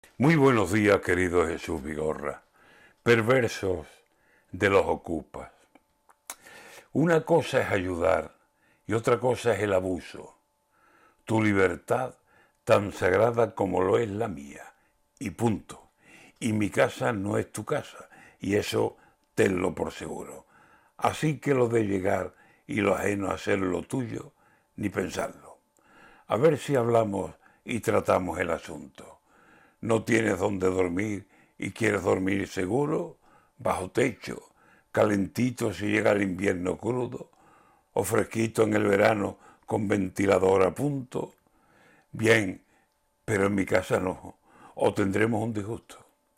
Muy buenos días, querido Jesús Vigorra. Perversos de los ocupas. Una cosa es ayudar y otra cosa es el abuso. Tu libertad, tan sagrada como lo es la mía. Y punto. Y mi casa no es tu casa. Y eso tenlo por seguro. Así que lo de llegar y lo ajeno a ser lo tuyo, ni pensarlo. A ver si hablamos y tratamos el asunto. No tienes dónde dormir y quieres dormir seguro, bajo techo, calentito si llega el invierno crudo, o fresquito en el verano con ventilador a punto. Bien, pero en mi casa no, o tendremos un disgusto.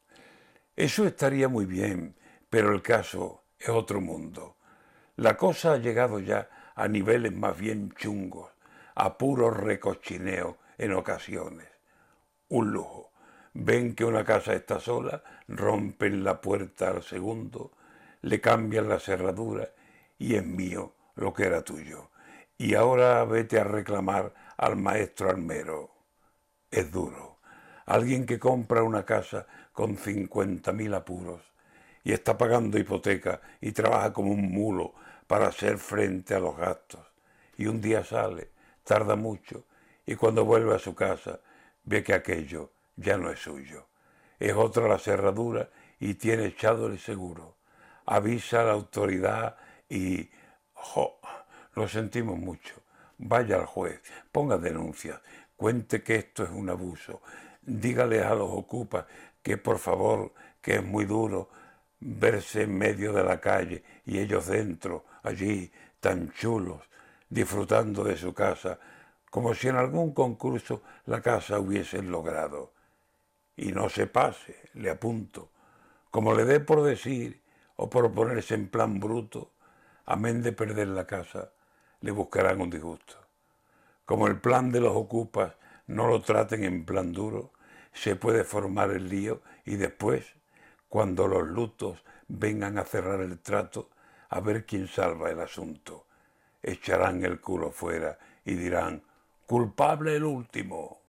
Eso estaría muy bien, pero el caso es otro mundo. La cosa ha llegado ya a niveles más bien chungos, a puro recochineo en ocasiones. Un lujo. Ven que una casa está sola, rompen la puerta al segundo, le cambian la cerradura y es mío lo que era tuyo. Y ahora vete a reclamar al maestro armero. Es duro. Alguien que compra una casa con 50.000 apuros y está pagando hipoteca y trabaja como un mulo para hacer frente a los gastos. Y un día sale, tarda mucho, y cuando vuelve a su casa ve que aquello ya no es suyo. Es otra la cerradura y tiene echado el seguro. Avisa a la autoridad y... ¡jo! Lo sentimos mucho. Vaya al juez, ponga denuncias, cuente que esto es un abuso. Dígale a los ocupas que por favor, que es muy duro verse en medio de la calle y ellos dentro, allí, tan chulos, disfrutando de su casa, como si en algún concurso la casa hubiesen logrado. Y no se pase, le apunto, como le dé por decir o por ponerse en plan bruto, amén de perder la casa, le buscarán un disgusto. Como el plan de los ocupas no lo traten en plan duro, se puede formar el lío y después, cuando los lutos vengan a cerrar el trato, a ver quién salva el asunto. Echarán el culo fuera y dirán, culpable el último.